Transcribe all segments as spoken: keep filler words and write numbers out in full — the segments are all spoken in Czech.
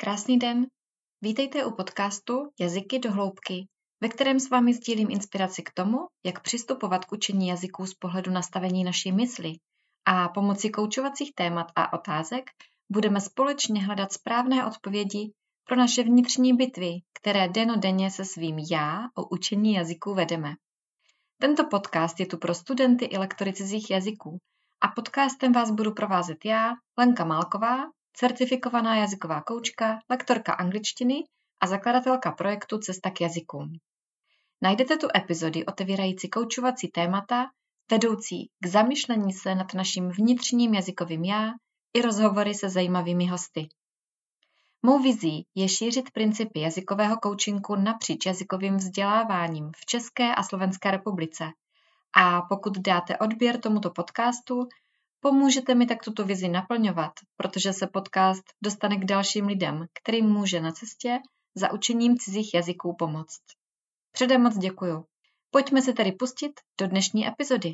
Krásný den, vítejte u podcastu Jazyky do hloubky, ve kterém s vámi sdílím inspiraci k tomu, jak přistupovat k učení jazyků z pohledu nastavení naší mysli a pomocí koučovacích témat a otázek budeme společně hledat správné odpovědi pro naše vnitřní bitvy, které dennodenně se svým já o učení jazyků vedeme. Tento podcast je tu pro studenty i lektory cizích jazyků a podcastem vás budu provázet já, Lenka Málková, certifikovaná jazyková koučka, lektorka angličtiny a zakladatelka projektu Cesta k jazykům. Najdete tu epizody otevírající koučovací témata, vedoucí k zamyšlení se nad naším vnitřním jazykovým já i rozhovory se zajímavými hosty. Mou vizí je šířit principy jazykového koučinku napříč jazykovým vzděláváním v České a Slovenské republice. A pokud dáte odběr tomuto podcastu, pomůžete mi tak tuto vizi naplňovat, protože se podcast dostane k dalším lidem, kterým může na cestě za učením cizích jazyků pomoct. Předem moc děkuju. Pojďme se tedy pustit do dnešní epizody.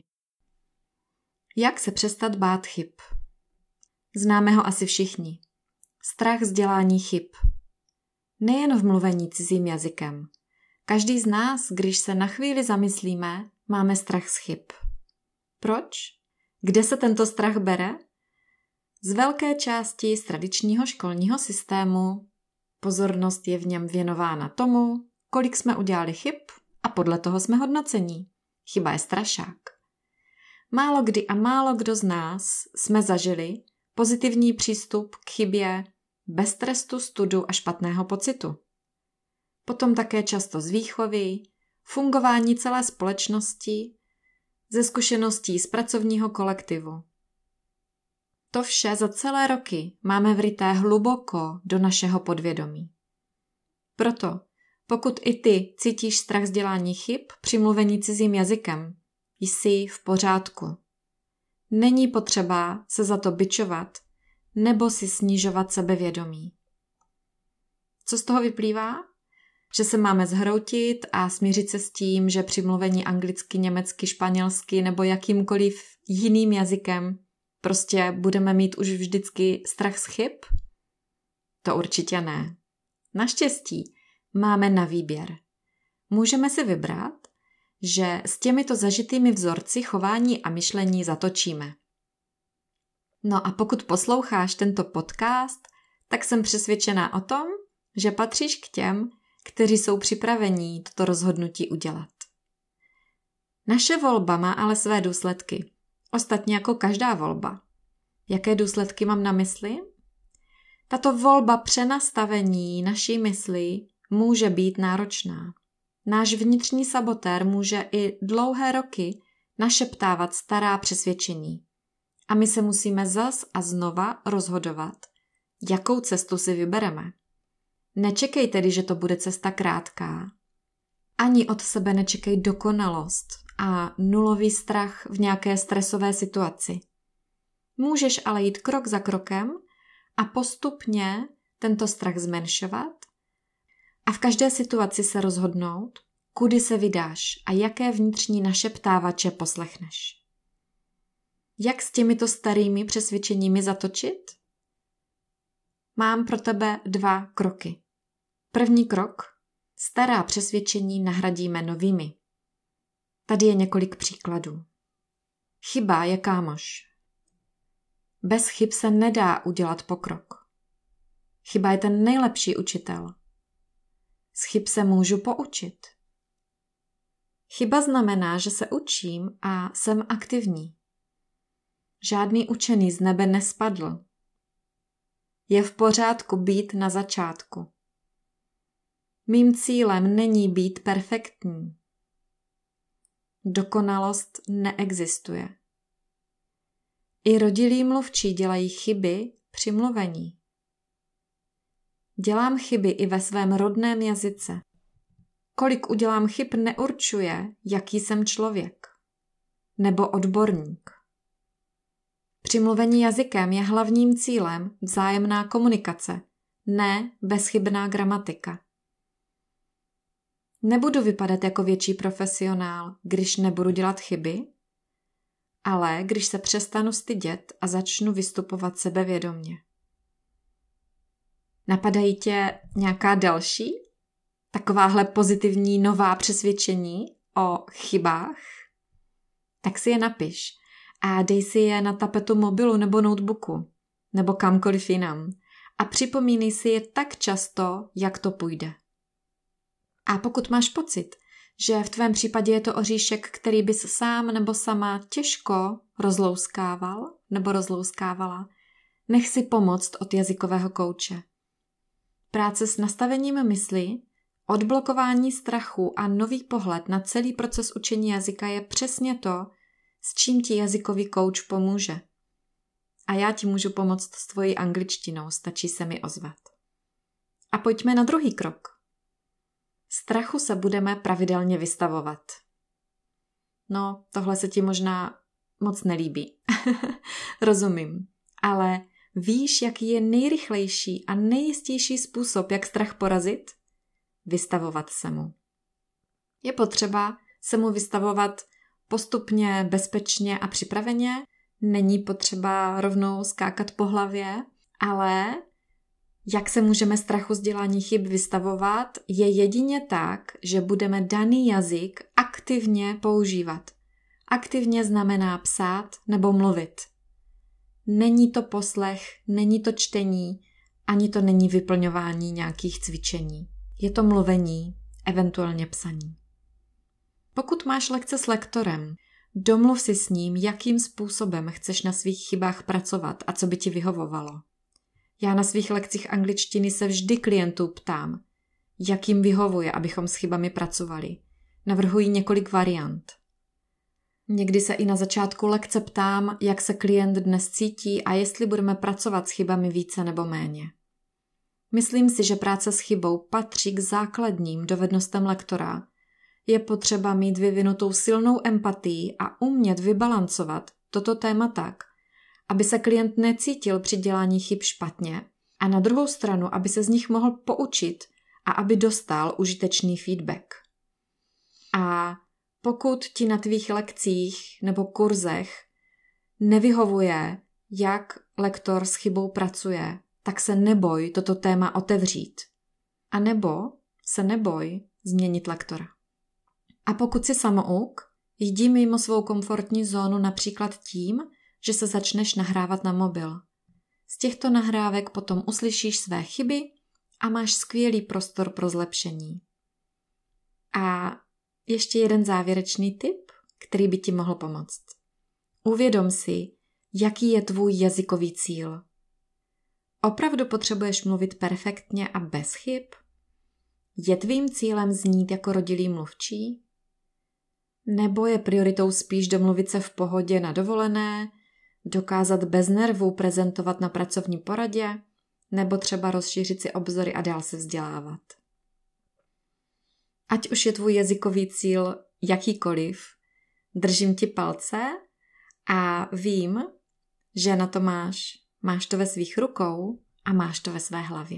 Jak se přestat bát chyb? Známe ho asi všichni. Strach z dělání chyb. Nejen v mluvení cizím jazykem. Každý z nás, když se na chvíli zamyslíme, máme strach z chyb. Proč? Kde se tento strach bere? Z velké části z tradičního školního systému. Pozornost je v něm věnována tomu, kolik jsme udělali chyb a podle toho jsme hodnocení. Chyba je strašák. Málo kdy a málo kdo z nás jsme zažili pozitivní přístup k chybě bez trestu, studu a špatného pocitu. Potom také často z výchovy, fungování celé společnosti, ze zkušeností z pracovního kolektivu. To vše za celé roky máme vryté hluboko do našeho podvědomí. Proto, pokud i ty cítíš strach z dělání chyb při mluvení cizím jazykem, jsi v pořádku. Není potřeba se za to bičovat nebo si snižovat sebevědomí. Co z toho vyplývá? Že se máme zhroutit a smířit se s tím, že při mluvení anglicky, německy, španělsky nebo jakýmkoliv jiným jazykem prostě budeme mít už vždycky strach z chyb? To určitě ne. Naštěstí máme na výběr. Můžeme si vybrat, že s těmito zažitými vzorci chování a myšlení zatočíme. No a pokud posloucháš tento podcast, tak jsem přesvědčená o tom, že patříš k těm, kteří jsou připravení toto rozhodnutí udělat. Naše volba má ale své důsledky. Ostatně jako každá volba. Jaké důsledky mám na mysli? Tato volba přenastavení naší mysli může být náročná. Náš vnitřní sabotér může i dlouhé roky našeptávat stará přesvědčení. A my se musíme zas a znova rozhodovat, jakou cestu si vybereme. Nečekej tedy, že to bude cesta krátká. Ani od sebe nečekej dokonalost a nulový strach v nějaké stresové situaci. Můžeš ale jít krok za krokem a postupně tento strach zmenšovat a v každé situaci se rozhodnout, kudy se vydáš a jaké vnitřní našeptávače poslechneš. Jak s těmito starými přesvědčeními zatočit? Mám pro tebe dva kroky. První krok. Stará přesvědčení nahradíme novými. Tady je několik příkladů. Chyba je kámoš. Bez chyb se nedá udělat pokrok. Chyba je ten nejlepší učitel. Z chyb se můžu poučit. Chyba znamená, že se učím a jsem aktivní. Žádný učený z nebe nespadl. Je v pořádku být na začátku. Mým cílem není být perfektní. Dokonalost neexistuje. I rodilí mluvčí dělají chyby při mluvení. Dělám chyby i ve svém rodném jazyce. Kolik udělám chyb neurčuje, jaký jsem člověk. Nebo odborník. Při mluvení jazykem je hlavním cílem vzájemná komunikace, ne bezchybná gramatika. Nebudu vypadat jako větší profesionál, když nebudu dělat chyby, ale když se přestanu stydět a začnu vystupovat sebevědomně. Napadají tě nějaká další? Takováhle pozitivní nová přesvědčení o chybách? Tak si je napiš a dej si je na tapetu mobilu nebo notebooku nebo kamkoliv jinam a připomínej si je tak často, jak to půjde. A pokud máš pocit, že v tvém případě je to oříšek, který bys sám nebo sama těžko rozlouskával nebo rozlouskávala, nech si pomoct od jazykového kouče. Práce s nastavením mysli, odblokování strachu a nový pohled na celý proces učení jazyka je přesně to, s čím ti jazykový kouč pomůže. A já ti můžu pomoct s tvojí angličtinou, stačí se mi ozvat. A pojďme na druhý krok. Strachu se budeme pravidelně vystavovat. No, tohle se ti možná moc nelíbí. Rozumím. Ale víš, jaký je nejrychlejší a nejjistější způsob, jak strach porazit? Vystavovat se mu. Je potřeba se mu vystavovat postupně, bezpečně a připraveně. Není potřeba rovnou skákat po hlavě, ale jak se můžeme strachu z dělání chyb vystavovat, je jedině tak, že budeme daný jazyk aktivně používat. Aktivně znamená psát nebo mluvit. Není to poslech, není to čtení, ani to není vyplňování nějakých cvičení. Je to mluvení, eventuálně psaní. Pokud máš lekce s lektorem, domluv si s ním, jakým způsobem chceš na svých chybách pracovat a co by ti vyhovovalo. Já na svých lekcích angličtiny se vždy klientů ptám, jak jim vyhovuje, abychom s chybami pracovali. Navrhuji několik variant. Někdy se i na začátku lekce ptám, jak se klient dnes cítí a jestli budeme pracovat s chybami více nebo méně. Myslím si, že práce s chybou patří k základním dovednostem lektora. Je potřeba mít vyvinutou silnou empatii a umět vybalancovat toto téma tak, aby se klient necítil při dělání chyb špatně a na druhou stranu, aby se z nich mohl poučit a aby dostal užitečný feedback. A pokud ti na tvých lekcích nebo kurzech nevyhovuje, jak lektor s chybou pracuje, tak se neboj toto téma otevřít. A nebo se neboj změnit lektora. A pokud jsi samouk, jdi mimo svou komfortní zónu například tím, že se začneš nahrávat na mobil. Z těchto nahrávek potom uslyšíš své chyby a máš skvělý prostor pro zlepšení. A ještě jeden závěrečný tip, který by ti mohl pomoct. Uvědom si, jaký je tvůj jazykový cíl. Opravdu potřebuješ mluvit perfektně a bez chyb? Je tvým cílem znít jako rodilý mluvčí? Nebo je prioritou spíš domluvit se v pohodě na dovolené, dokázat bez nervů prezentovat na pracovní poradě, nebo třeba rozšířit si obzory a dál se vzdělávat? Ať už je tvůj jazykový cíl jakýkoliv, držím ti palce a vím, že na to máš. Máš to ve svých rukou a máš to ve své hlavě.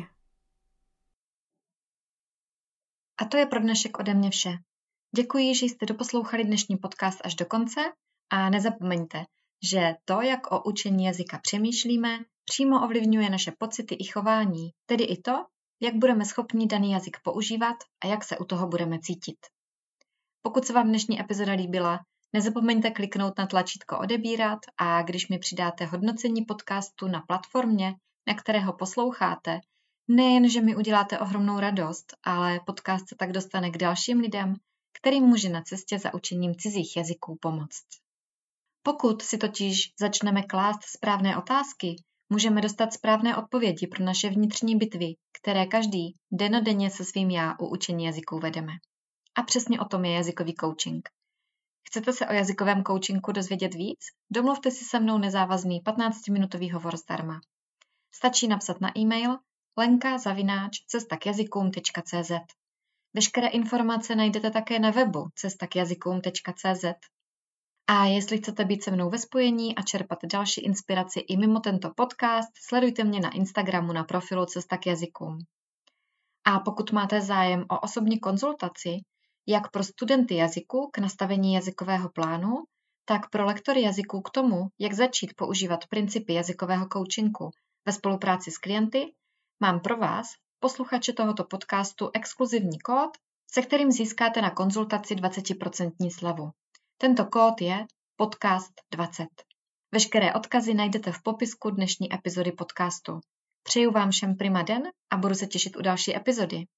A to je pro dnešek ode mě vše. Děkuji, že jste doposlouchali dnešní podcast až do konce a nezapomeňte, že to, jak o učení jazyka přemýšlíme, přímo ovlivňuje naše pocity i chování, tedy i to, jak budeme schopni daný jazyk používat a jak se u toho budeme cítit. Pokud se vám dnešní epizoda líbila, nezapomeňte kliknout na tlačítko odebírat a když mi přidáte hodnocení podcastu na platformě, na které ho posloucháte, nejen, že mi uděláte ohromnou radost, ale podcast se tak dostane k dalším lidem, kterým může na cestě za učením cizích jazyků pomoct. Pokud si totiž začneme klást správné otázky, můžeme dostat správné odpovědi pro naše vnitřní bitvy, které každý dennodenně se svým já u učení jazyků vedeme. A přesně o tom je jazykový coaching. Chcete se o jazykovém coachingu dozvědět víc? Domluvte si se mnou nezávazný patnáctiminutový hovor zdarma. Stačí napsat na e-mail lenka zavináč cesta k jazykům tečka cé zet. Veškeré informace najdete také na webu cesta k jazykům tečka cé zet. A jestli chcete být se mnou ve spojení a čerpat další inspiraci i mimo tento podcast, sledujte mě na Instagramu na profilu Cesta k jazykům. A pokud máte zájem o osobní konzultaci, jak pro studenty jazyku k nastavení jazykového plánu, tak pro lektory jazyků k tomu, jak začít používat principy jazykového coachingu ve spolupráci s klienty, Mám pro vás, posluchače tohoto podcastu, exkluzivní kód, se kterým získáte na konzultaci dvacet procent slevu. Tento kód je podcast dvacet. Veškeré odkazy najdete v popisku dnešní epizody podcastu. Přeju vám všem prima den a budu se těšit u další epizody.